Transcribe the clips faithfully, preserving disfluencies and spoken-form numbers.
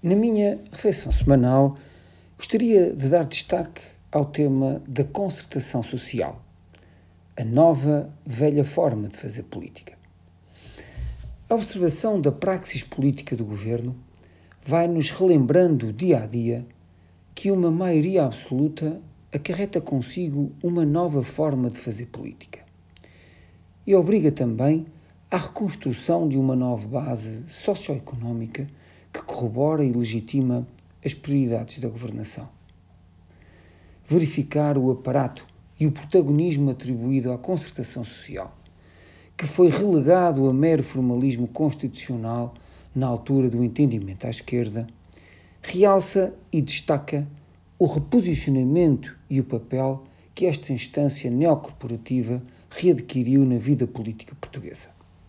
Na minha reflexão semanal, gostaria de dar destaque ao tema da concertação social, a nova, velha forma de fazer política. A observação da praxis política do governo vai-nos relembrando dia a dia que uma maioria absoluta acarreta consigo uma nova forma de fazer política e obriga também à reconstrução de uma nova base socioeconómica que corrobora e legitima as prioridades da governação. Verificar o aparato e o protagonismo atribuído à concertação social, que foi relegado a mero formalismo constitucional na altura do entendimento à esquerda, realça e destaca o reposicionamento e o papel que esta instância neocorporativa readquiriu na vida política portuguesa.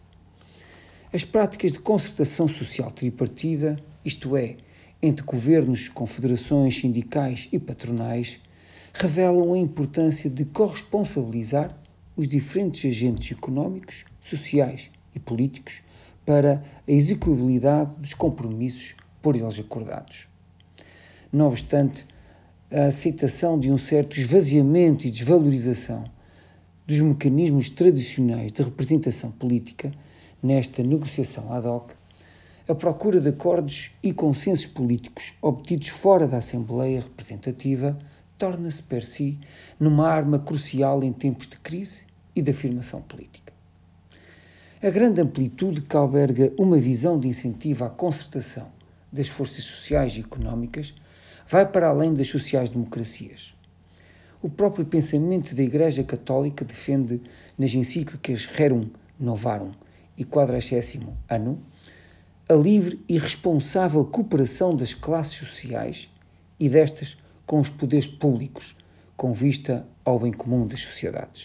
As práticas de concertação social tripartida, isto é, entre governos, confederações sindicais e patronais, revelam a importância de corresponsabilizar os diferentes agentes económicos, sociais e políticos para a execuibilidade dos compromissos por eles acordados. Não obstante, a aceitação de um certo esvaziamento e desvalorização dos mecanismos tradicionais de representação política nesta negociação ad hoc, a procura de acordos e consensos políticos obtidos fora da Assembleia Representativa torna-se per si numa arma crucial em tempos de crise e de afirmação política. A grande amplitude que alberga uma visão de incentivo à concertação das forças sociais e económicas vai para além das sociais-democracias. O próprio pensamento da Igreja Católica defende nas encíclicas Rerum Novarum e Quadragésimo Annum a livre e responsável cooperação das classes sociais e destas com os poderes públicos, com vista ao bem comum das sociedades.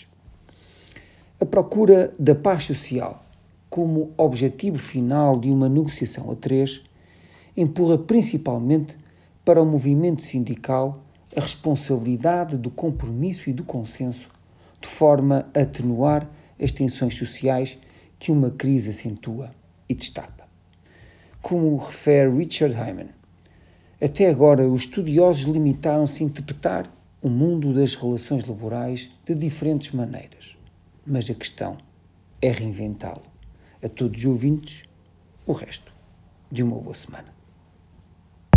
A procura da paz social como objetivo final de uma negociação a três empurra principalmente para o movimento sindical a responsabilidade do compromisso e do consenso, de forma a atenuar as tensões sociais que uma crise acentua e destapa. Como refere Richard Hyman, até agora os estudiosos limitaram-se a interpretar o mundo das relações laborais de diferentes maneiras, mas a questão é reinventá-lo. A todos os ouvintes, o resto de uma boa semana.